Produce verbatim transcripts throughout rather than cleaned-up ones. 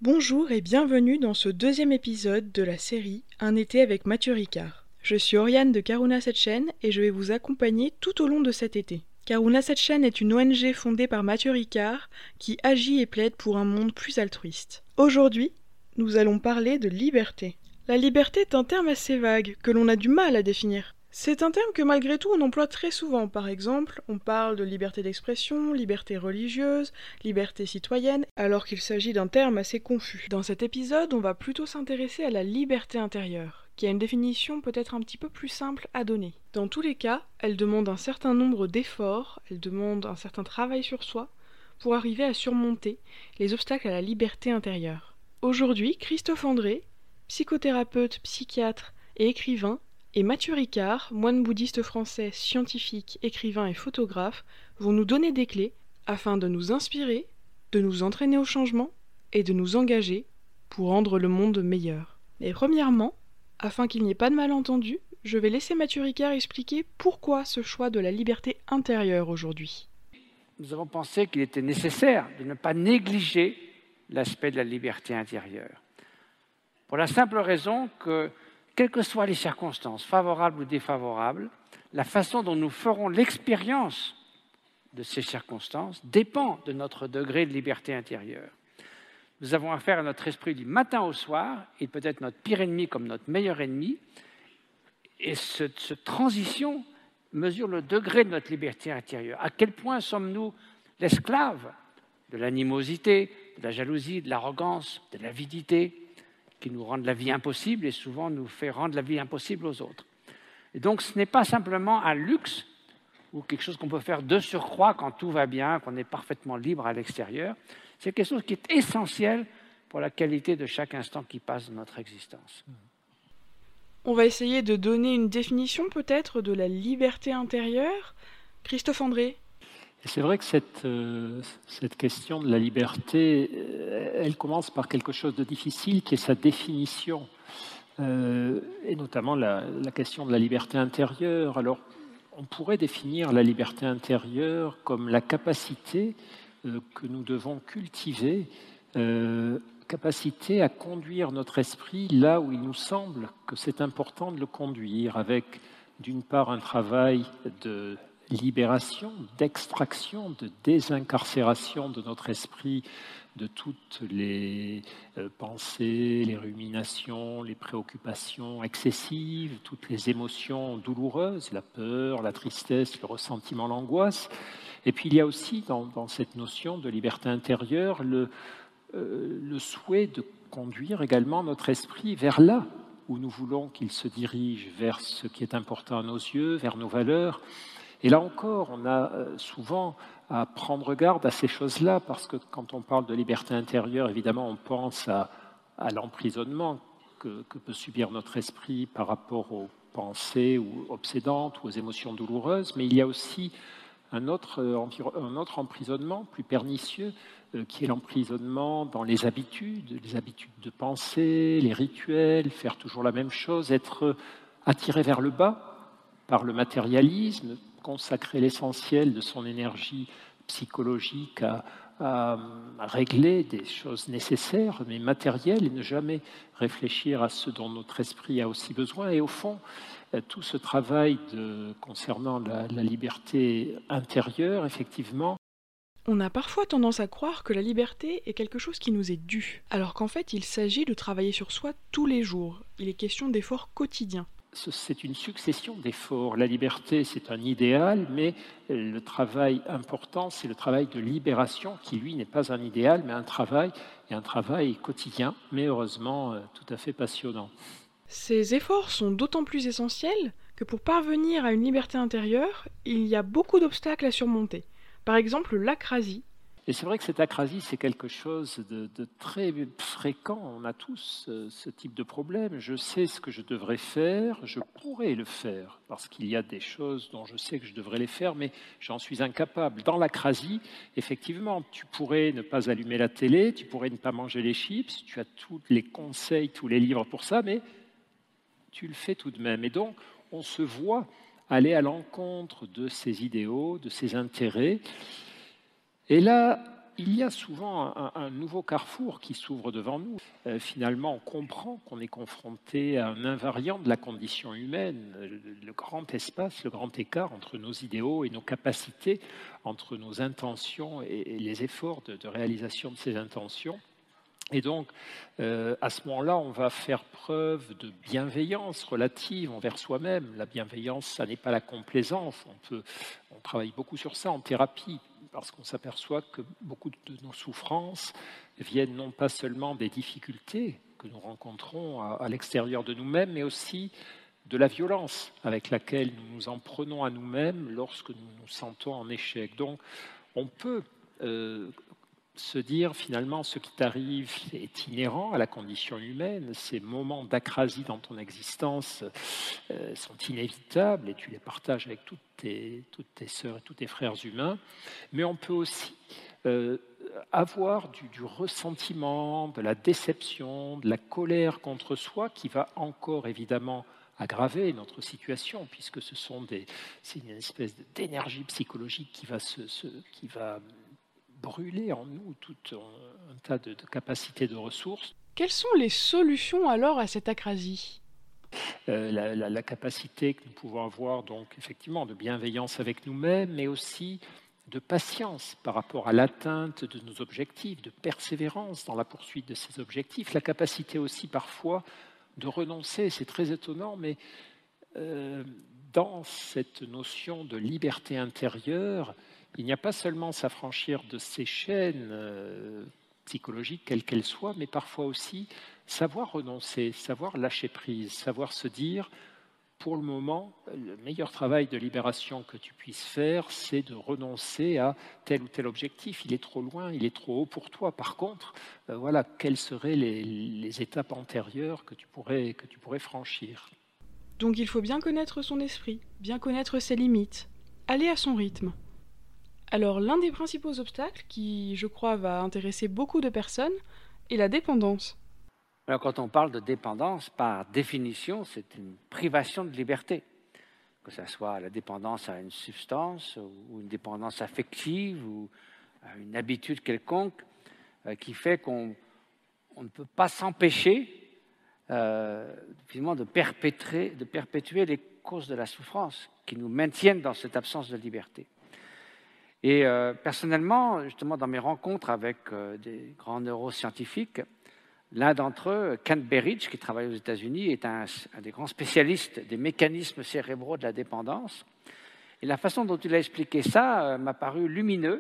Bonjour et bienvenue dans ce deuxième épisode de la série Un été avec Mathieu Ricard. Je suis Oriane de Karuna Setchen et je vais vous accompagner tout au long de cet été. Karuna Setchen est une O N G fondée par Mathieu Ricard qui agit et plaide pour un monde plus altruiste. Aujourd'hui, nous allons parler de liberté. La liberté est un terme assez vague que l'on a du mal à définir. C'est un terme que malgré tout on emploie très souvent. Par exemple, on parle de liberté d'expression, liberté religieuse, liberté citoyenne, alors qu'il s'agit d'un terme assez confus. Dans cet épisode, on va plutôt s'intéresser à la liberté intérieure, qui a une définition peut-être un petit peu plus simple à donner. Dans tous les cas, elle demande un certain nombre d'efforts, elle demande un certain travail sur soi, pour arriver à surmonter les obstacles à la liberté intérieure. Aujourd'hui, Christophe André, psychothérapeute, psychiatre et écrivain, et Mathieu Ricard, moine bouddhiste français, scientifique, écrivain et photographe, vont nous donner des clés afin de nous inspirer, de nous entraîner au changement et de nous engager pour rendre le monde meilleur. Mais premièrement, afin qu'il n'y ait pas de malentendu, je vais laisser Mathieu Ricard expliquer pourquoi ce choix de la liberté intérieure aujourd'hui. Nous avons pensé qu'il était nécessaire de ne pas négliger l'aspect de la liberté intérieure. Pour la simple raison que quelles que soient les circonstances, favorables ou défavorables, la façon dont nous ferons l'expérience de ces circonstances dépend de notre degré de liberté intérieure. Nous avons affaire à notre esprit du matin au soir, il peut être notre pire ennemi comme notre meilleur ennemi, et cette, cette transition mesure le degré de notre liberté intérieure. À quel point sommes-nous l'esclave de l'animosité, de la jalousie, de l'arrogance, de l'avidité, qui nous rendent la vie impossible et souvent nous fait rendre la vie impossible aux autres. Et donc ce n'est pas simplement un luxe ou quelque chose qu'on peut faire de surcroît quand tout va bien, qu'on est parfaitement libre à l'extérieur. C'est quelque chose qui est essentiel pour la qualité de chaque instant qui passe dans notre existence. On va essayer de donner une définition peut-être de la liberté intérieure. Christophe André. Et c'est vrai que cette, euh, cette question de la liberté, euh, elle commence par quelque chose de difficile qui est sa définition, euh, et notamment la, la question de la liberté intérieure. Alors, on pourrait définir la liberté intérieure comme la capacité euh, que nous devons cultiver, euh, capacité à conduire notre esprit là où il nous semble que c'est important de le conduire, avec d'une part un travail de libération, d'extraction, de désincarcération de notre esprit de toutes les euh, pensées, les ruminations, les préoccupations excessives, toutes les émotions douloureuses, la peur, la tristesse, le ressentiment, l'angoisse. Et puis il y a aussi dans, dans cette notion de liberté intérieure le, euh, le souhait de conduire également notre esprit vers là où nous voulons qu'il se dirige, vers ce qui est important à nos yeux, vers nos valeurs. Et là encore, on a souvent à prendre garde à ces choses-là, parce que quand on parle de liberté intérieure, évidemment, on pense à, à l'emprisonnement que, que peut subir notre esprit par rapport aux pensées ou obsédantes ou aux émotions douloureuses, mais il y a aussi un autre, un autre emprisonnement plus pernicieux, qui est l'emprisonnement dans les habitudes, les habitudes de pensée, les rituels, faire toujours la même chose, être attiré vers le bas par le matérialisme, consacrer l'essentiel de son énergie psychologique à, à, à régler des choses nécessaires, mais matérielles, et ne jamais réfléchir à ce dont notre esprit a aussi besoin. Et au fond, tout ce travail de, concernant la, la liberté intérieure, effectivement, on a parfois tendance à croire que la liberté est quelque chose qui nous est dû, alors qu'en fait il s'agit de travailler sur soi tous les jours. Il est question d'efforts quotidiens. C'est une succession d'efforts. La liberté, c'est un idéal, mais le travail important, c'est le travail de libération, qui, lui, n'est pas un idéal, mais un travail, et un travail quotidien, mais heureusement tout à fait passionnant. Ces efforts sont d'autant plus essentiels que pour parvenir à une liberté intérieure, il y a beaucoup d'obstacles à surmonter. Par exemple, l'acrasie. Et c'est vrai que cette acrasie, c'est quelque chose de, de très fréquent. On a tous ce, ce type de problème. Je sais ce que je devrais faire, je pourrais le faire, parce qu'il y a des choses dont je sais que je devrais les faire, mais j'en suis incapable. Dans l'acrasie, effectivement, tu pourrais ne pas allumer la télé, tu pourrais ne pas manger les chips, tu as tous les conseils, tous les livres pour ça, mais tu le fais tout de même. Et donc, on se voit aller à l'encontre de ses idéaux, de ses intérêts. Et là, il y a souvent un, un nouveau carrefour qui s'ouvre devant nous. Euh, finalement, on comprend qu'on est confronté à un invariant de la condition humaine, le, le grand espace, le grand écart entre nos idéaux et nos capacités, entre nos intentions et, et les efforts de, de réalisation de ces intentions. Et donc, euh, à ce moment-là, on va faire preuve de bienveillance relative envers soi-même. La bienveillance, ça n'est pas la complaisance. On peut, on travaille beaucoup sur ça en thérapie, parce qu'on s'aperçoit que beaucoup de nos souffrances viennent non pas seulement des difficultés que nous rencontrons à, à l'extérieur de nous-mêmes, mais aussi de la violence avec laquelle nous nous en prenons à nous-mêmes lorsque nous nous sentons en échec. Donc, on peut euh, se dire finalement ce qui t'arrive est inhérent à la condition humaine, ces moments d'acrasie dans ton existence euh, sont inévitables et tu les partages avec toutes tes, toutes tes sœurs et tous tes frères humains, mais on peut aussi euh, avoir du, du ressentiment, de la déception, de la colère contre soi qui va encore évidemment aggraver notre situation, puisque ce sont des, c'est une espèce d'énergie psychologique qui va se, se qui va brûler en nous tout un, un tas de, de capacités de ressources. Quelles sont les solutions alors à cette acrasie ? euh, la, la, la capacité que nous pouvons avoir, donc effectivement, de bienveillance avec nous-mêmes, mais aussi de patience par rapport à l'atteinte de nos objectifs, de persévérance dans la poursuite de ces objectifs, la capacité aussi parfois de renoncer, c'est très étonnant, mais euh, dans cette notion de liberté intérieure, il n'y a pas seulement s'affranchir de ces chaînes euh, psychologiques, quelles qu'elles soient, mais parfois aussi savoir renoncer, savoir lâcher prise, savoir se dire, pour le moment, le meilleur travail de libération que tu puisses faire, c'est de renoncer à tel ou tel objectif. Il est trop loin, il est trop haut pour toi. Par contre, euh, voilà, quelles seraient les, les étapes antérieures que tu pourrais, que tu pourrais franchir ? Donc il faut bien connaître son esprit, bien connaître ses limites, aller à son rythme. Alors l'un des principaux obstacles, qui je crois va intéresser beaucoup de personnes, est la dépendance. Alors quand on parle de dépendance, par définition, c'est une privation de liberté. Que ce soit la dépendance à une substance, ou une dépendance affective, ou à une habitude quelconque, euh, qui fait qu'on on ne peut pas s'empêcher euh, finalement de perpétrer, de perpétuer les causes de la souffrance qui nous maintiennent dans cette absence de liberté. Et euh, personnellement, justement, dans mes rencontres avec euh, des grands neuroscientifiques, l'un d'entre eux, Kent Berridge, qui travaille aux États-Unis, est un, un des grands spécialistes des mécanismes cérébraux de la dépendance. Et la façon dont il a expliqué ça euh, m'a paru lumineux,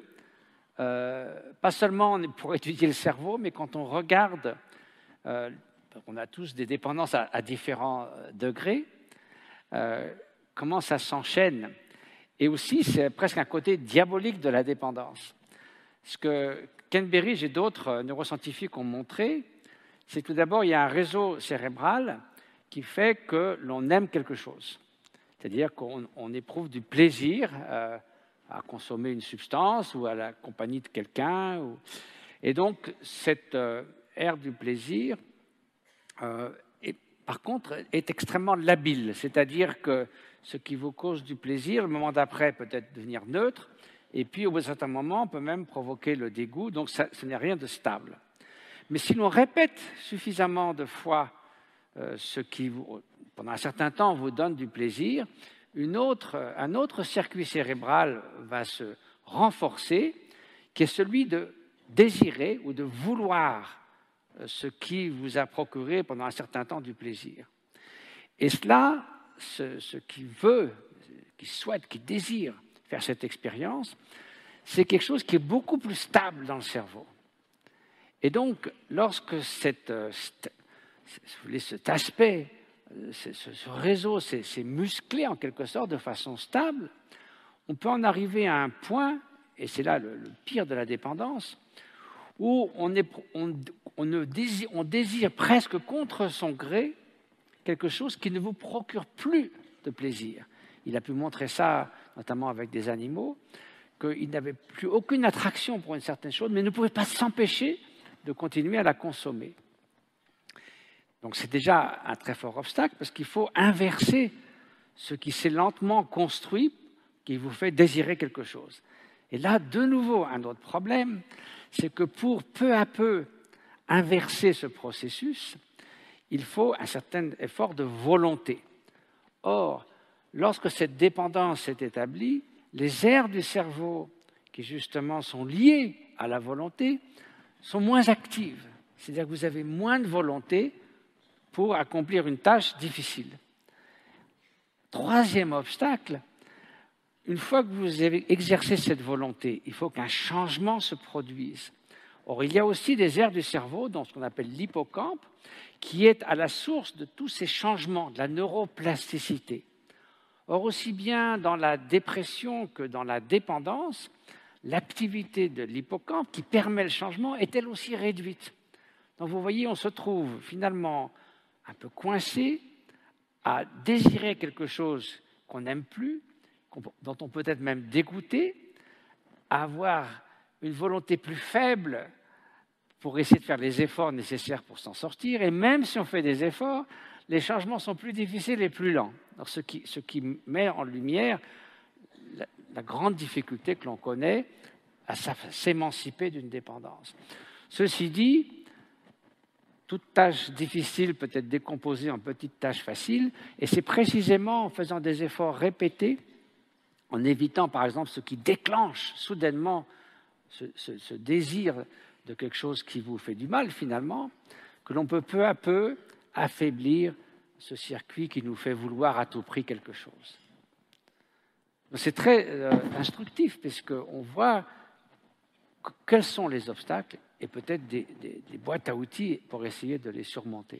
euh, pas seulement pour étudier le cerveau, mais quand on regarde, euh, on a tous des dépendances à, à différents degrés, euh, comment ça s'enchaîne. Et aussi, c'est presque un côté diabolique de la dépendance. Ce que Kent Berridge et d'autres neuroscientifiques ont montré, c'est que tout d'abord, il y a un réseau cérébral qui fait que l'on aime quelque chose. C'est-à-dire qu'on on éprouve du plaisir euh, à consommer une substance ou à la compagnie de quelqu'un. Ou... Et donc, cette euh, ère du plaisir, euh, est, par contre, est extrêmement labile. C'est-à-dire que ce qui vous cause du plaisir, le moment d'après peut être devenir neutre, et puis au bout d'un certain moment, on peut même provoquer le dégoût, donc ça, ce n'est rien de stable. Mais si l'on répète suffisamment de fois euh, ce qui, vous, pendant un certain temps, vous donne du plaisir, une autre, un autre circuit cérébral va se renforcer, qui est celui de désirer ou de vouloir ce qui vous a procuré pendant un certain temps du plaisir. Et cela, ce, ce qui veut, qui souhaite, qui désire faire cette expérience, c'est quelque chose qui est beaucoup plus stable dans le cerveau. Et donc, lorsque cette, cet aspect, ce, ce réseau s'est musclé en quelque sorte de façon stable, on peut en arriver à un point, et c'est là le, le pire de la dépendance, où on, est, on, on, ne désire, on désire presque contre son gré quelque chose qui ne vous procure plus de plaisir. Il a pu montrer ça, notamment avec des animaux, qu'il n'avait plus aucune attraction pour une certaine chose, mais ne pouvait pas s'empêcher de continuer à la consommer. Donc c'est déjà un très fort obstacle, parce qu'il faut inverser ce qui s'est lentement construit, qui vous fait désirer quelque chose. Et là, de nouveau, un autre problème, c'est que pour peu à peu inverser ce processus, il faut un certain effort de volonté. Or, lorsque cette dépendance est établie, les aires du cerveau qui justement sont liées à la volonté sont moins actives. C'est-à-dire que vous avez moins de volonté pour accomplir une tâche difficile. Troisième obstacle, une fois que vous avez exercé cette volonté, il faut qu'un changement se produise. Or, il y a aussi des aires du cerveau, dans ce qu'on appelle l'hippocampe, qui est à la source de tous ces changements, de la neuroplasticité. Or, aussi bien dans la dépression que dans la dépendance, l'activité de l'hippocampe qui permet le changement est elle aussi réduite. Donc vous voyez, on se trouve finalement un peu coincé à désirer quelque chose qu'on n'aime plus, dont on peut être même dégoûté, à avoir une volonté plus faible pour essayer de faire les efforts nécessaires pour s'en sortir. Et même si on fait des efforts, les changements sont plus difficiles et plus lents. Alors, ce, qui, ce qui met en lumière la, la grande difficulté que l'on connaît à s'émanciper d'une dépendance. Ceci dit, toute tâche difficile peut être décomposée en petites tâches faciles, et c'est précisément en faisant des efforts répétés, en évitant par exemple ce qui déclenche soudainement ce, ce, ce désir de quelque chose qui vous fait du mal finalement, que l'on peut peu à peu affaiblir ce circuit qui nous fait vouloir à tout prix quelque chose. C'est très euh, instructif puisqu'on voit quels sont les obstacles et peut-être des, des, des boîtes à outils pour essayer de les surmonter.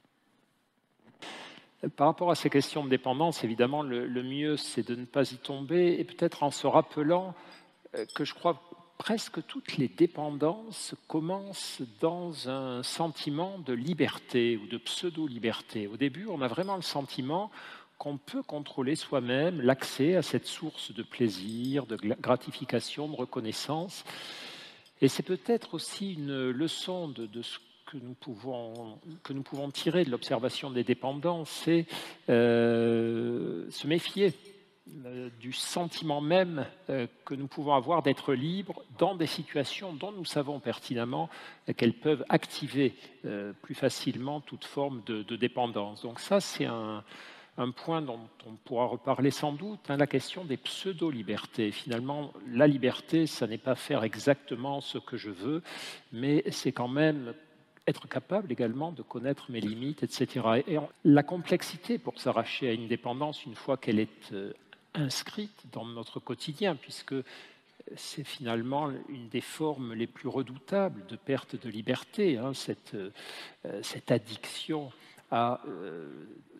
Par rapport à ces questions de dépendance, évidemment, le, le mieux, c'est de ne pas y tomber, et peut-être en se rappelant que je crois presque toutes les dépendances commencent dans un sentiment de liberté ou de pseudo-liberté. Au début, on a vraiment le sentiment qu'on peut contrôler soi-même l'accès à cette source de plaisir, de gratification, de reconnaissance. Et c'est peut-être aussi une leçon de, de ce que nous pouvons, que nous pouvons tirer de l'observation des dépendances, c'est euh, se méfier euh, du sentiment même euh, que nous pouvons avoir d'être libres dans des situations dont nous savons pertinemment euh, qu'elles peuvent activer euh, plus facilement toute forme de, de dépendance. Donc ça, c'est un... un point dont on pourra reparler sans doute, hein, la question des pseudo-libertés. Finalement, la liberté, ça n'est pas faire exactement ce que je veux, mais c'est quand même être capable également de connaître mes limites, et cetera. Et la complexité pour s'arracher à une dépendance, une fois qu'elle est euh, inscrite dans notre quotidien, puisque c'est finalement une des formes les plus redoutables de perte de liberté, hein, cette, euh, cette addiction à... Euh,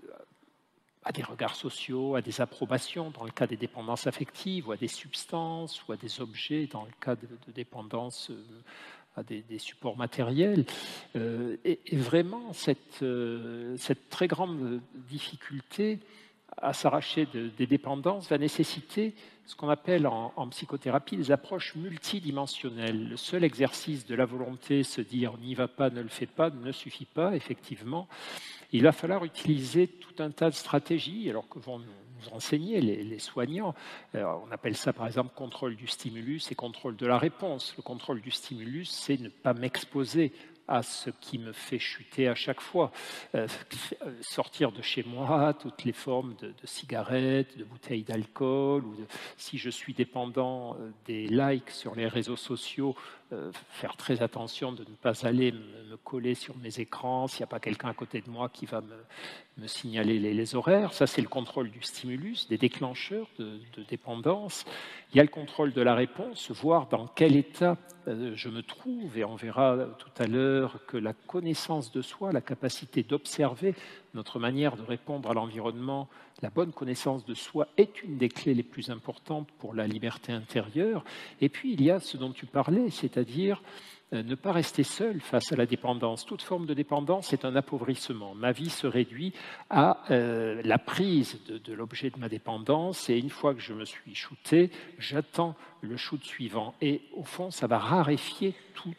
à des regards sociaux, à des approbations dans le cas des dépendances affectives, ou à des substances, ou à des objets dans le cas de, de dépendance euh, à des, des supports matériels. Euh, et, et vraiment, cette, euh, cette très grande difficulté à s'arracher de, des dépendances va nécessiter ce qu'on appelle en, en psychothérapie des approches multidimensionnelles. Le seul exercice de la volonté, se dire « n'y va pas, ne le fais pas », ne suffit pas, effectivement. Il va falloir utiliser tout un tas de stratégies, alors que vont nous enseigner les, les soignants. Alors, on appelle ça par exemple contrôle du stimulus et contrôle de la réponse. Le contrôle du stimulus, c'est ne pas m'exposer à ce qui me fait chuter à chaque fois. Euh, sortir de chez moi, toutes les formes de, de cigarettes, de bouteilles d'alcool, ou de, si je suis dépendant des likes sur les réseaux sociaux, euh, faire très attention de ne pas aller me, me coller sur mes écrans s'il n'y a pas quelqu'un à côté de moi qui va me, me signaler les, les horaires. Ça, c'est le contrôle du stimulus, des déclencheurs de, de dépendance. Il y a le contrôle de la réponse, voir dans quel état euh, je me trouve, et on verra tout à l'heure que la connaissance de soi, la capacité d'observer notre manière de répondre à l'environnement, la bonne connaissance de soi est une des clés les plus importantes pour la liberté intérieure. Et puis, il y a ce dont tu parlais, c'est-à-dire euh, ne pas rester seul face à la dépendance. Toute forme de dépendance est un appauvrissement. Ma vie se réduit à euh, la prise de, de l'objet de ma dépendance, et une fois que je me suis shooté, j'attends le shoot suivant. Et au fond, ça va raréfier tout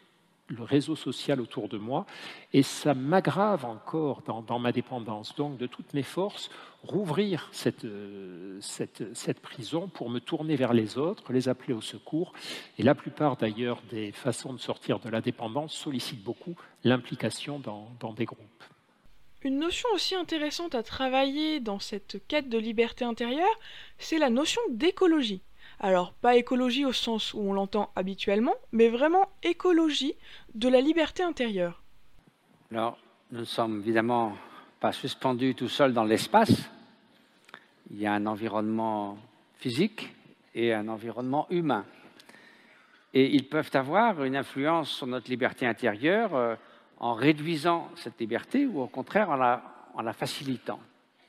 le réseau social autour de moi, et ça m'aggrave encore dans, dans ma dépendance. Donc, de toutes mes forces, rouvrir cette, euh, cette, cette prison pour me tourner vers les autres, les appeler au secours. Et la plupart, d'ailleurs, des façons de sortir de la dépendance sollicitent beaucoup l'implication dans, dans des groupes. Une notion aussi intéressante à travailler dans cette quête de liberté intérieure, c'est la notion d'écologie. Alors, pas écologie au sens où on l'entend habituellement, mais vraiment écologie de la liberté intérieure. Alors, nous ne sommes évidemment pas suspendus tout seuls dans l'espace. Il y a un environnement physique et un environnement humain. Et ils peuvent avoir une influence sur notre liberté intérieure euh, en réduisant cette liberté ou au contraire en la, en la facilitant.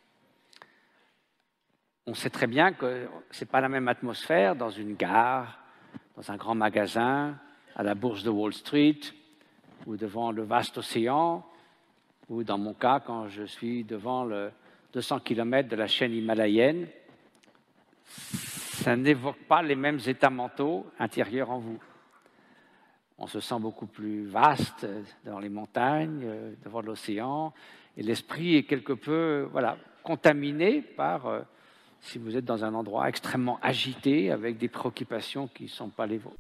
On sait très bien que ce n'est pas la même atmosphère dans une gare, dans un grand magasin, à la bourse de Wall Street, ou devant le vaste océan, ou dans mon cas, quand je suis devant le deux cents kilomètres de la chaîne himalayenne. Ça n'évoque pas les mêmes états mentaux intérieurs en vous. On se sent beaucoup plus vaste dans les montagnes, devant l'océan, et l'esprit est quelque peu voilà, contaminé par... Euh, si vous êtes dans un endroit extrêmement agité, avec des préoccupations qui ne sont pas les vôtres.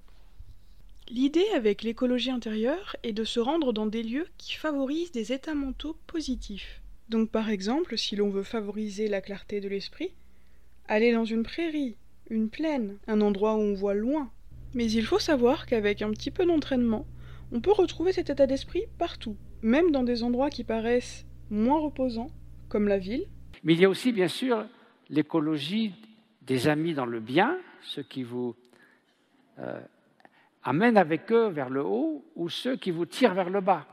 L'idée avec l'écologie intérieure est de se rendre dans des lieux qui favorisent des états mentaux positifs. Donc par exemple, si l'on veut favoriser la clarté de l'esprit, aller dans une prairie, une plaine, un endroit où on voit loin. Mais il faut savoir qu'avec un petit peu d'entraînement, on peut retrouver cet état d'esprit partout, même dans des endroits qui paraissent moins reposants, comme la ville. Mais il y a aussi, bien sûr, l'écologie des amis dans le bien, ceux qui vous euh, amènent avec eux vers le haut ou ceux qui vous tirent vers le bas.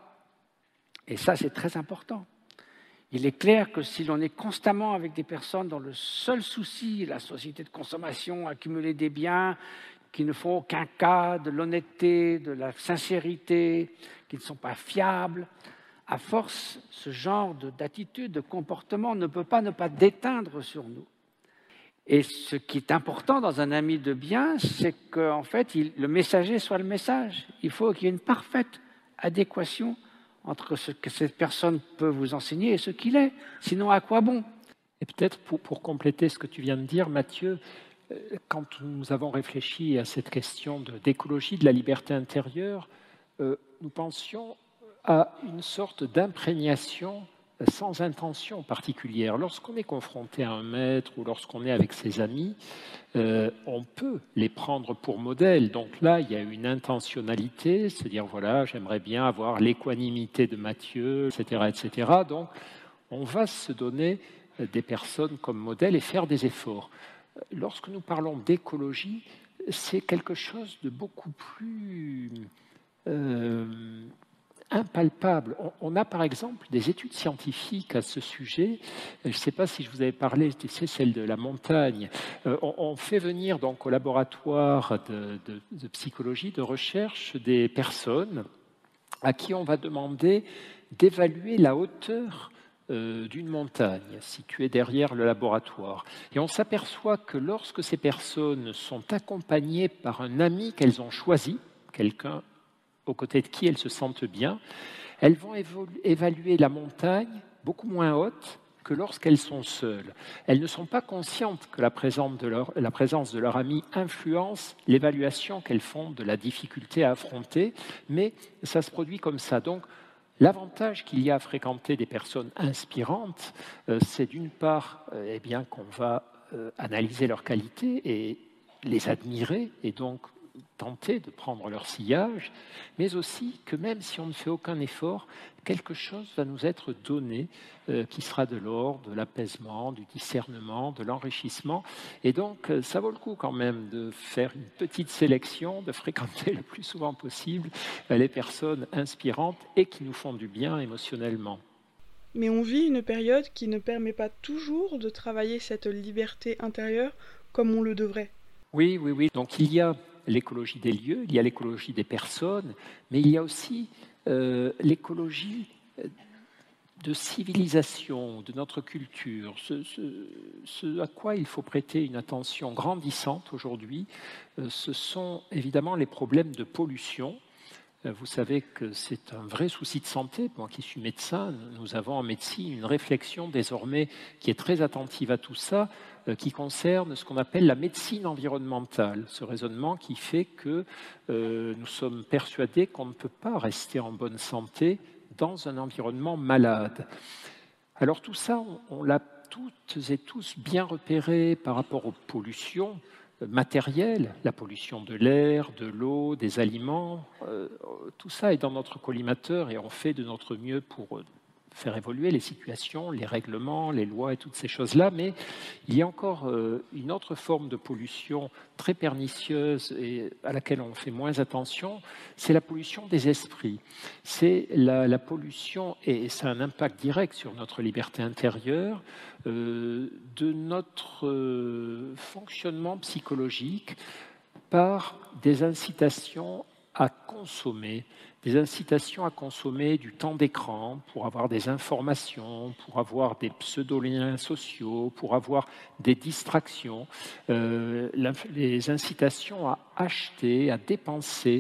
Et ça, c'est très important. Il est clair que si l'on est constamment avec des personnes dont le seul souci est la société de consommation, accumuler des biens, qui ne font aucun cas de l'honnêteté, de la sincérité, qui ne sont pas fiables, à force, ce genre de, d'attitude, de comportement ne peut pas ne pas déteindre sur nous. Et ce qui est important dans un ami de bien, c'est qu'en fait, il, le messager soit le message. Il faut qu'il y ait une parfaite adéquation entre ce que cette personne peut vous enseigner et ce qu'il est. Sinon, à quoi bon? Et peut-être pour, pour compléter ce que tu viens de dire, Mathieu, quand nous avons réfléchi à cette question de, d'écologie, de la liberté intérieure, euh, nous pensions à une sorte d'imprégnation sans intention particulière. Lorsqu'on est confronté à un maître ou lorsqu'on est avec ses amis, euh, on peut les prendre pour modèle. Donc là, il y a une intentionnalité, c'est-à-dire, voilà, j'aimerais bien avoir l'équanimité de Mathieu, et cetera, et cetera. Donc, on va se donner des personnes comme modèle et faire des efforts. Lorsque nous parlons d'écologie, c'est quelque chose de beaucoup plus... Euh, impalpable. On a par exemple des études scientifiques à ce sujet. Je ne sais pas si je vous avais parlé, c'est celle de la montagne. On fait venir donc au laboratoire de, de, de psychologie, de recherche, des personnes à qui on va demander d'évaluer la hauteur d'une montagne située derrière le laboratoire. Et on s'aperçoit que lorsque ces personnes sont accompagnées par un ami qu'elles ont choisi, quelqu'un aux côtés de qui elles se sentent bien, elles vont évaluer la montagne beaucoup moins haute que lorsqu'elles sont seules. Elles ne sont pas conscientes que la présence de leur, la présence de leur ami influence l'évaluation qu'elles font de la difficulté à affronter, mais ça se produit comme ça. Donc, l'avantage qu'il y a à fréquenter des personnes inspirantes, euh, c'est d'une part euh, eh bien, qu'on va euh, analyser leurs qualités et les admirer, et donc tenter de prendre leur sillage, mais aussi que même si on ne fait aucun effort, quelque chose va nous être donné euh, qui sera de l'ordre, de l'apaisement, du discernement, de l'enrichissement. Et donc, euh, ça vaut le coup quand même de faire une petite sélection, de fréquenter le plus souvent possible euh, les personnes inspirantes et qui nous font du bien émotionnellement. Mais on vit une période qui ne permet pas toujours de travailler cette liberté intérieure comme on le devrait. Oui, oui, oui. Donc, il y a l'écologie des lieux, il y a l'écologie des personnes, mais il y a aussi euh, l'écologie de civilisation, de notre culture, ce, ce, ce à quoi il faut prêter une attention grandissante aujourd'hui, euh, ce sont évidemment les problèmes de pollution. Vous savez que c'est un vrai souci de santé. Moi qui suis médecin, nous avons en médecine une réflexion désormais qui est très attentive à tout ça, euh, qui concerne ce qu'on appelle la médecine environnementale. Ce raisonnement qui fait que euh, nous sommes persuadés qu'on ne peut pas rester en bonne santé dans un environnement malade. Alors tout ça, on, on l'a toutes et tous bien repéré par rapport aux pollutions matérielles, la pollution de l'air, de l'eau, des aliments. Euh, tout ça est dans notre collimateur et on fait de notre mieux pour faire évoluer les situations, les règlements, les lois et toutes ces choses-là. Mais il y a encore euh, une autre forme de pollution très pernicieuse et à laquelle on fait moins attention, c'est la pollution des esprits. C'est la, la pollution, et ça a un impact direct sur notre liberté intérieure, euh, de notre euh, fonctionnement psychologique par des incitations à consommer, des incitations à consommer du temps d'écran pour avoir des informations, pour avoir des pseudo-liens sociaux, pour avoir des distractions, euh, les incitations à acheter, à dépenser.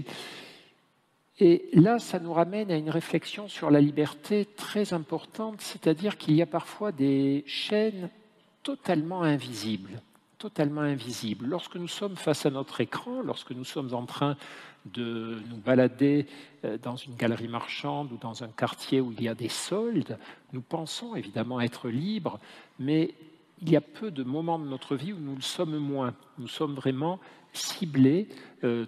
Et là, ça nous ramène à une réflexion sur la liberté très importante, c'est-à-dire qu'il y a parfois des chaînes totalement invisibles. totalement invisible. Lorsque nous sommes face à notre écran, lorsque nous sommes en train de nous balader dans une galerie marchande ou dans un quartier où il y a des soldes, nous pensons évidemment être libres, mais il y a peu de moments de notre vie où nous le sommes moins. Nous sommes vraiment ciblés euh,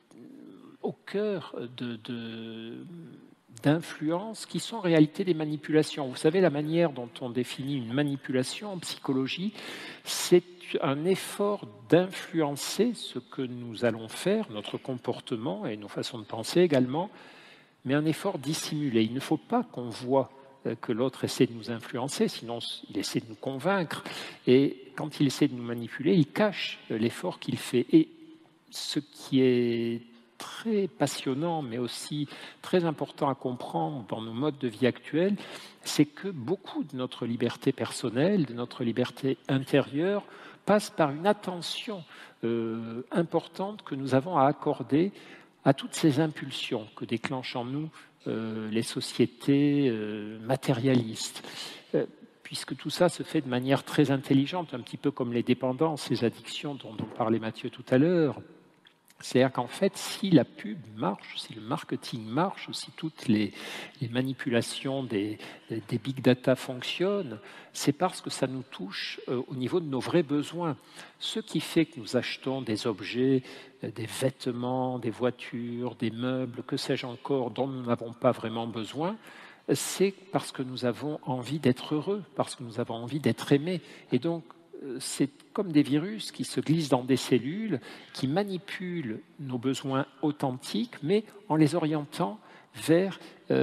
au cœur de... de d'influences qui sont en réalité des manipulations. Vous savez, la manière dont on définit une manipulation en psychologie, c'est un effort d'influencer ce que nous allons faire, notre comportement et nos façons de penser également, mais un effort dissimulé. Il ne faut pas qu'on voit que l'autre essaie de nous influencer, sinon il essaie de nous convaincre. Et quand il essaie de nous manipuler, il cache l'effort qu'il fait. Et ce qui est très passionnant, mais aussi très important à comprendre dans nos modes de vie actuels, c'est que beaucoup de notre liberté personnelle, de notre liberté intérieure, passe par une attention euh, importante que nous avons à accorder à toutes ces impulsions que déclenchent en nous euh, les sociétés euh, matérialistes. Euh, puisque tout ça se fait de manière très intelligente, un petit peu comme les dépendances, les addictions dont, dont parlait Mathieu tout à l'heure. C'est-à-dire qu'en fait, si la pub marche, si le marketing marche, si toutes les, les manipulations des, des big data fonctionnent, c'est parce que ça nous touche euh, au niveau de nos vrais besoins. Ce qui fait que nous achetons des objets, euh, des vêtements, des voitures, des meubles, que sais-je encore, dont nous n'avons pas vraiment besoin, c'est parce que nous avons envie d'être heureux, parce que nous avons envie d'être aimés. Et donc, c'est comme des virus qui se glissent dans des cellules, qui manipulent nos besoins authentiques, mais en les orientant vers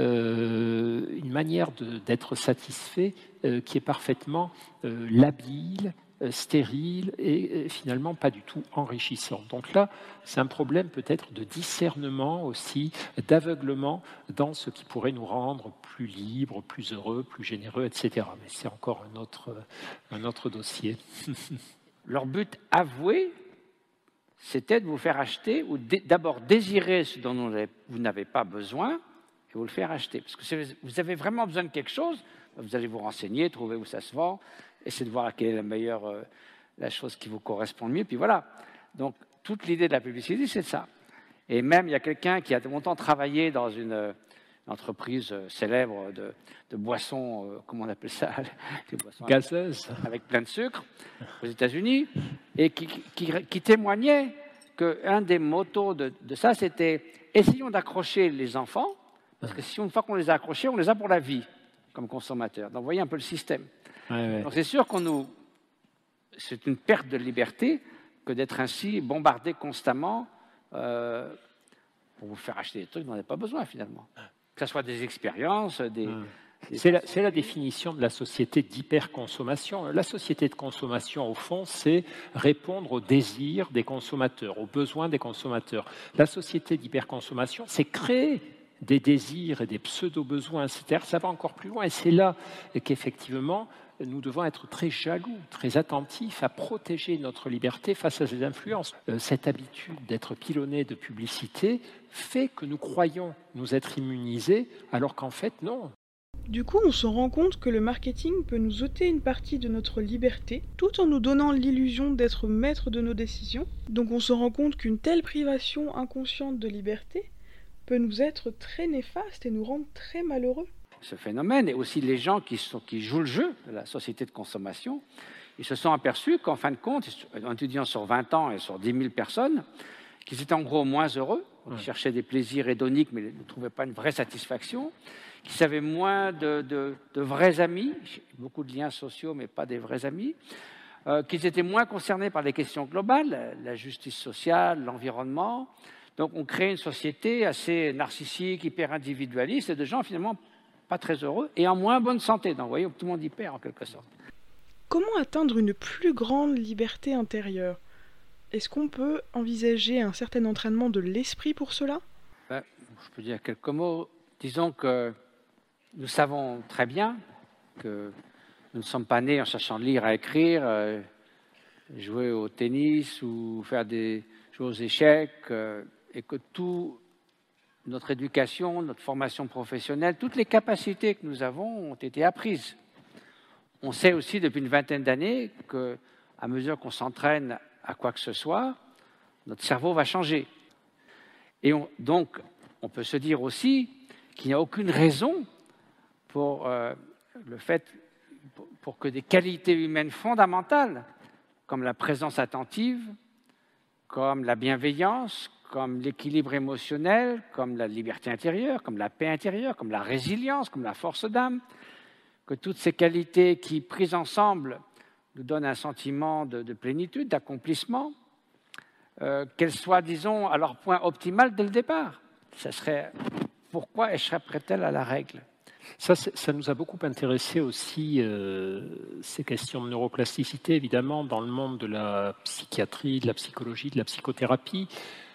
euh, une manière de, d'être satisfait euh, qui est parfaitement euh, labile, euh, stérile et euh, finalement pas du tout enrichissant. Donc là, c'est un problème peut-être de discernement aussi, d'aveuglement dans ce qui pourrait nous rendre plus libres, plus heureux, plus généreux, et cetera. Mais c'est encore un autre, un autre dossier. Leur but avoué, c'était de vous faire acheter, ou d'abord désirer ce dont vous n'avez pas besoin, et vous le faire acheter. Parce que si vous avez vraiment besoin de quelque chose, vous allez vous renseigner, trouver où ça se vend, essayer de voir quelle est la meilleure, euh, la chose qui vous correspond le mieux, puis voilà. Donc, toute l'idée de la publicité, c'est ça. Et même, il y a quelqu'un qui a longtemps travaillé dans une... une entreprise célèbre de, de boissons, euh, comment on appelle ça, des boissons gazeuses, avec, avec plein de sucre, aux États-Unis, et qui, qui, qui témoignait qu'un des mottos de, de ça, c'était « essayons d'accrocher les enfants, parce que si une fois qu'on les a accrochés, on les a pour la vie, comme consommateurs. » Donc, vous voyez un peu le système. Ouais, ouais. Donc, c'est sûr qu'on nous... C'est une perte de liberté que d'être ainsi bombardé constamment euh, pour vous faire acheter des trucs dont vous n'avez pas besoin, finalement. Que ce soit des expériences, des... Hum. des... C'est, la, c'est la définition de la société d'hyperconsommation. La société de consommation, au fond, c'est répondre aux désirs des consommateurs, aux besoins des consommateurs. La société d'hyperconsommation, c'est créer des désirs et des pseudo-besoins, c'est-à-dire ça va encore plus loin. Et c'est là qu'effectivement, nous devons être très jaloux, très attentifs à protéger notre liberté face à ces influences. Euh, cette habitude d'être pilonné de publicité fait que nous croyons nous être immunisés, alors qu'en fait, non. Du coup, on se rend compte que le marketing peut nous ôter une partie de notre liberté, tout en nous donnant l'illusion d'être maître de nos décisions. Donc on se rend compte qu'une telle privation inconsciente de liberté peut nous être très néfaste et nous rendre très malheureux. Ce phénomène, et aussi les gens qui, sont, qui jouent le jeu de la société de consommation, ils se sont aperçus qu'en fin de compte, en étudiant sur vingt ans et sur dix mille personnes, qu'ils étaient en gros moins heureux, ils cherchaient des plaisirs hédoniques mais ne trouvaient pas une vraie satisfaction, qu'ils avaient moins de, de, de vrais amis, beaucoup de liens sociaux mais pas des vrais amis, euh, qu'ils étaient moins concernés par les questions globales, la justice sociale, l'environnement. Donc on crée une société assez narcissique, hyper individualiste, et de gens finalement pas très heureux et en moins bonne santé. Donc vous voyez, tout le monde y perd en quelque sorte. Comment atteindre une plus grande liberté intérieure? Est-ce qu'on peut envisager un certain entraînement de l'esprit pour cela? Ben, je peux dire quelques mots. Disons que nous savons très bien que nous ne sommes pas nés en cherchant à lire, à écrire, euh, jouer au tennis ou faire des jouer aux échecs, euh, et que toute notre éducation, notre formation professionnelle, toutes les capacités que nous avons ont été apprises. On sait aussi depuis une vingtaine d'années qu'à mesure qu'on s'entraîne à quoi que ce soit, notre cerveau va changer. Et on, donc, on peut se dire aussi qu'il n'y a aucune raison pour euh, le fait, pour, pour que des qualités humaines fondamentales, comme la présence attentive, comme la bienveillance, comme l'équilibre émotionnel, comme la liberté intérieure, comme la paix intérieure, comme la résilience, comme la force d'âme, que toutes ces qualités qui, prises ensemble, nous donnent un sentiment de, de plénitude, d'accomplissement, euh, qu'elles soient, disons, à leur point optimal dès le départ. Ça serait, pourquoi échapperait-elle à la règle? Ça, ça nous a beaucoup intéressé aussi, euh, ces questions de neuroplasticité, évidemment, dans le monde de la psychiatrie, de la psychologie, de la psychothérapie,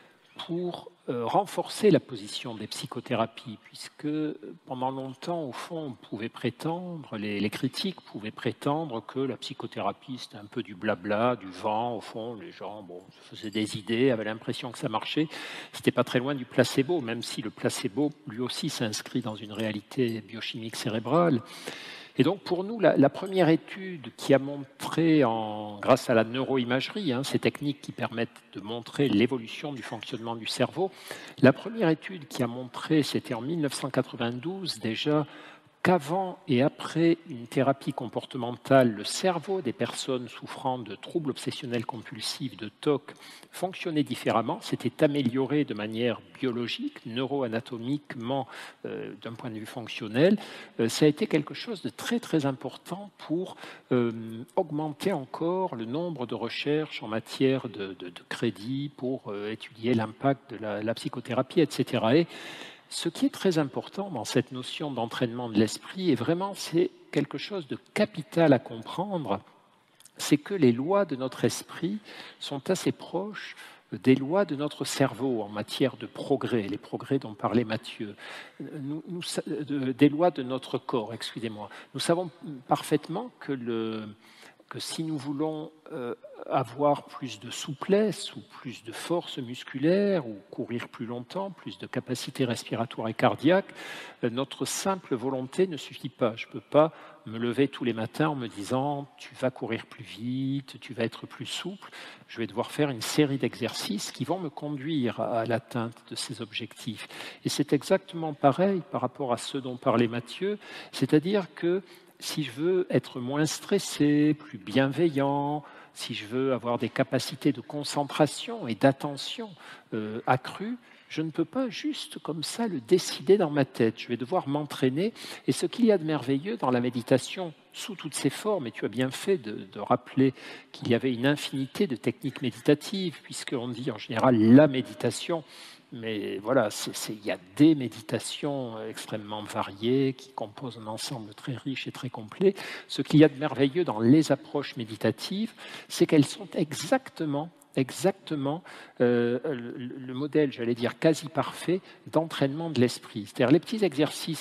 pour euh, renforcer la position des psychothérapies, puisque pendant longtemps, au fond, on pouvait prétendre, les, les critiques pouvaient prétendre que la psychothérapie, c'était un peu du blabla, du vent, au fond, les gens bon, se faisaient des idées, avaient l'impression que ça marchait. C'était pas très loin du placebo, même si le placebo, lui aussi, s'inscrit dans une réalité biochimique cérébrale. Et donc, pour nous, la, la première étude qui a montré, en, grâce à la neuroimagerie, hein, ces techniques qui permettent de montrer l'évolution du fonctionnement du cerveau, la première étude qui a montré, c'était en mille neuf cent quatre-vingt-douze déjà, qu'avant et après une thérapie comportementale, le cerveau des personnes souffrant de troubles obsessionnels compulsifs, de T O C, fonctionnait différemment, s'était amélioré de manière biologique, neuroanatomiquement, euh, d'un point de vue fonctionnel. Euh, ça a été quelque chose de très très important pour euh, augmenter encore le nombre de recherches en matière de, de, de crédit pour euh, étudier l'impact de la, la psychothérapie, et cetera. Et ce qui est très important dans cette notion d'entraînement de l'esprit, et vraiment c'est quelque chose de capital à comprendre, c'est que les lois de notre esprit sont assez proches des lois de notre cerveau en matière de progrès, les progrès dont parlait Mathieu, nous, nous, des lois de notre corps, excusez-moi. Nous savons parfaitement que le... que si nous voulons euh, avoir plus de souplesse ou plus de force musculaire ou courir plus longtemps, plus de capacité respiratoire et cardiaque, euh, notre simple volonté ne suffit pas. Je ne peux pas me lever tous les matins en me disant « tu vas courir plus vite, tu vas être plus souple ». Je vais devoir faire une série d'exercices qui vont me conduire à l'atteinte de ces objectifs. Et c'est exactement pareil par rapport à ce dont parlait Mathieu, c'est-à-dire que si je veux être moins stressé, plus bienveillant, si je veux avoir des capacités de concentration et d'attention euh, accrues, je ne peux pas juste comme ça le décider dans ma tête. Je vais devoir m'entraîner. Et ce qu'il y a de merveilleux dans la méditation, sous toutes ses formes, et tu as bien fait de, de rappeler qu'il y avait une infinité de techniques méditatives, puisqu'on dit en général la méditation, mais voilà, c'est, c'est, il y a des méditations extrêmement variées qui composent un ensemble très riche et très complet. Ce qu'il y a de merveilleux dans les approches méditatives, c'est qu'elles sont exactement, exactement euh, le, le modèle, j'allais dire, quasi parfait d'entraînement de l'esprit. C'est-à-dire les petits exercices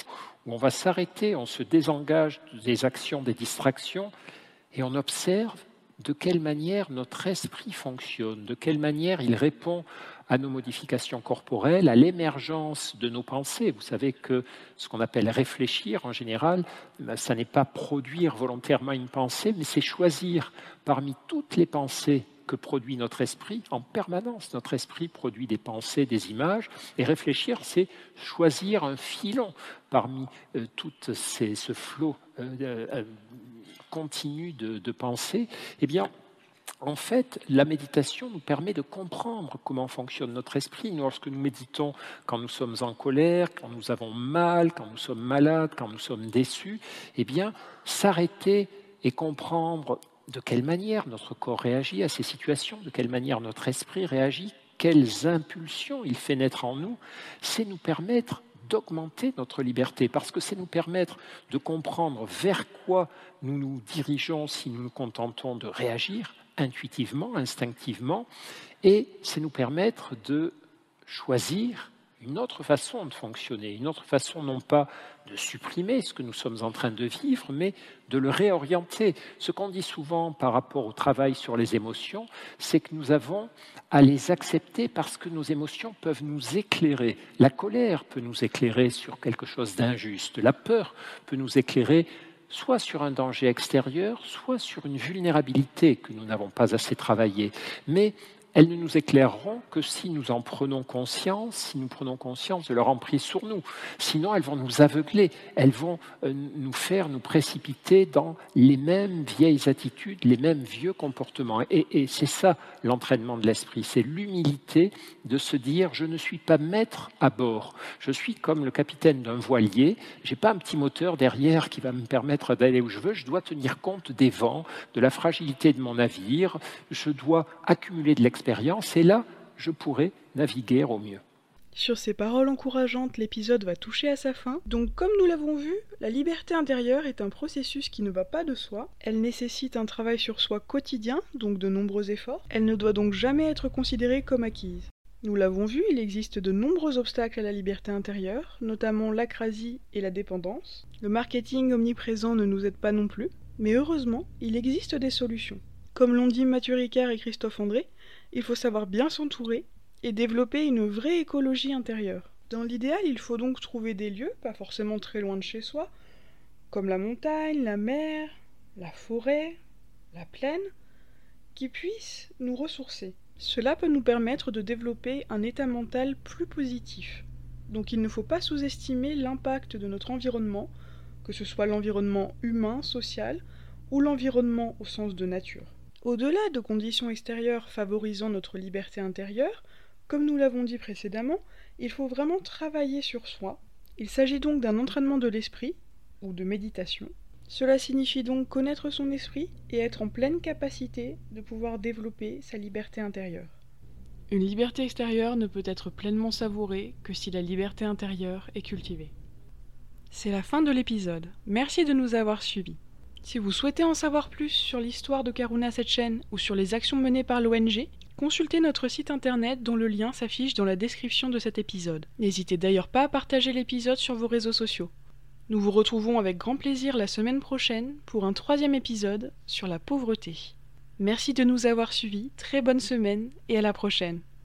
où on va s'arrêter, on se désengage des actions, des distractions, et on observe de quelle manière notre esprit fonctionne, de quelle manière il répond à nos modifications corporelles, à l'émergence de nos pensées. Vous savez que ce qu'on appelle réfléchir, en général, ça n'est pas produire volontairement une pensée, mais c'est choisir parmi toutes les pensées que produit notre esprit. En permanence, notre esprit produit des pensées, des images, et réfléchir, c'est choisir un filon parmi euh, tout ces, ce flot euh, euh, continu de, de pensées. Eh bien, en fait, la méditation nous permet de comprendre comment fonctionne notre esprit. Nous, lorsque nous méditons quand nous sommes en colère, quand nous avons mal, quand nous sommes malades, quand nous sommes déçus, eh bien, s'arrêter et comprendre de quelle manière notre corps réagit à ces situations, de quelle manière notre esprit réagit, quelles impulsions il fait naître en nous, c'est nous permettre d'augmenter notre liberté, parce que c'est nous permettre de comprendre vers quoi nous nous dirigeons si nous nous contentons de réagir intuitivement, instinctivement, et c'est nous permettre de choisir une autre façon de fonctionner, une autre façon non pas de supprimer ce que nous sommes en train de vivre, mais de le réorienter. Ce qu'on dit souvent par rapport au travail sur les émotions, c'est que nous avons à les accepter parce que nos émotions peuvent nous éclairer. La colère peut nous éclairer sur quelque chose d'injuste, la peur peut nous éclairer soit sur un danger extérieur, soit sur une vulnérabilité que nous n'avons pas assez travaillée. Mais elles ne nous éclaireront que si nous en prenons conscience, si nous prenons conscience de leur emprise sur nous. Sinon, elles vont nous aveugler, elles vont euh, nous faire nous précipiter dans les mêmes vieilles attitudes, les mêmes vieux comportements. Et, et c'est ça l'entraînement de l'esprit, c'est l'humilité de se dire « je ne suis pas maître à bord, je suis comme le capitaine d'un voilier, je n'ai pas un petit moteur derrière qui va me permettre d'aller où je veux, je dois tenir compte des vents, de la fragilité de mon navire, je dois accumuler de l'expérience. Et là, je pourrai naviguer au mieux. » Sur ces paroles encourageantes, l'épisode va toucher à sa fin. Donc comme nous l'avons vu, la liberté intérieure est un processus qui ne va pas de soi. Elle nécessite un travail sur soi quotidien, donc de nombreux efforts. Elle ne doit donc jamais être considérée comme acquise. Nous l'avons vu, il existe de nombreux obstacles à la liberté intérieure, notamment l'acrasie et la dépendance. Le marketing omniprésent ne nous aide pas non plus, mais heureusement, il existe des solutions. Comme l'ont dit Mathieu Ricard et Christophe André, il faut savoir bien s'entourer et développer une vraie écologie intérieure. Dans l'idéal, il faut donc trouver des lieux, pas forcément très loin de chez soi, comme la montagne, la mer, la forêt, la plaine, qui puissent nous ressourcer. Cela peut nous permettre de développer un état mental plus positif. Donc il ne faut pas sous-estimer l'impact de notre environnement, que ce soit l'environnement humain, social, ou l'environnement au sens de nature. Au-delà de conditions extérieures favorisant notre liberté intérieure, comme nous l'avons dit précédemment, il faut vraiment travailler sur soi. Il s'agit donc d'un entraînement de l'esprit, ou de méditation. Cela signifie donc connaître son esprit et être en pleine capacité de pouvoir développer sa liberté intérieure. Une liberté extérieure ne peut être pleinement savourée que si la liberté intérieure est cultivée. C'est la fin de l'épisode. Merci de nous avoir suivis. Si vous souhaitez en savoir plus sur l'histoire de Karuna Setchen ou sur les actions menées par l'O N G, consultez notre site internet dont le lien s'affiche dans la description de cet épisode. N'hésitez d'ailleurs pas à partager l'épisode sur vos réseaux sociaux. Nous vous retrouvons avec grand plaisir la semaine prochaine pour un troisième épisode sur la pauvreté. Merci de nous avoir suivis, très bonne semaine et à la prochaine.